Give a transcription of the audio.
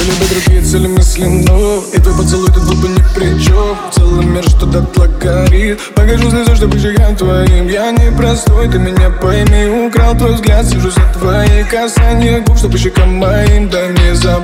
любят другие цели мысли, но и твой поцелуй тут был бы ни при чем. Целый мир что-то горит. Покажу слезу, чтобы шагам твоим. Я не простой, ты меня пойми. Украл твой взгляд, сижу за твои касания губ, что по щекам моим. Дай мне забыть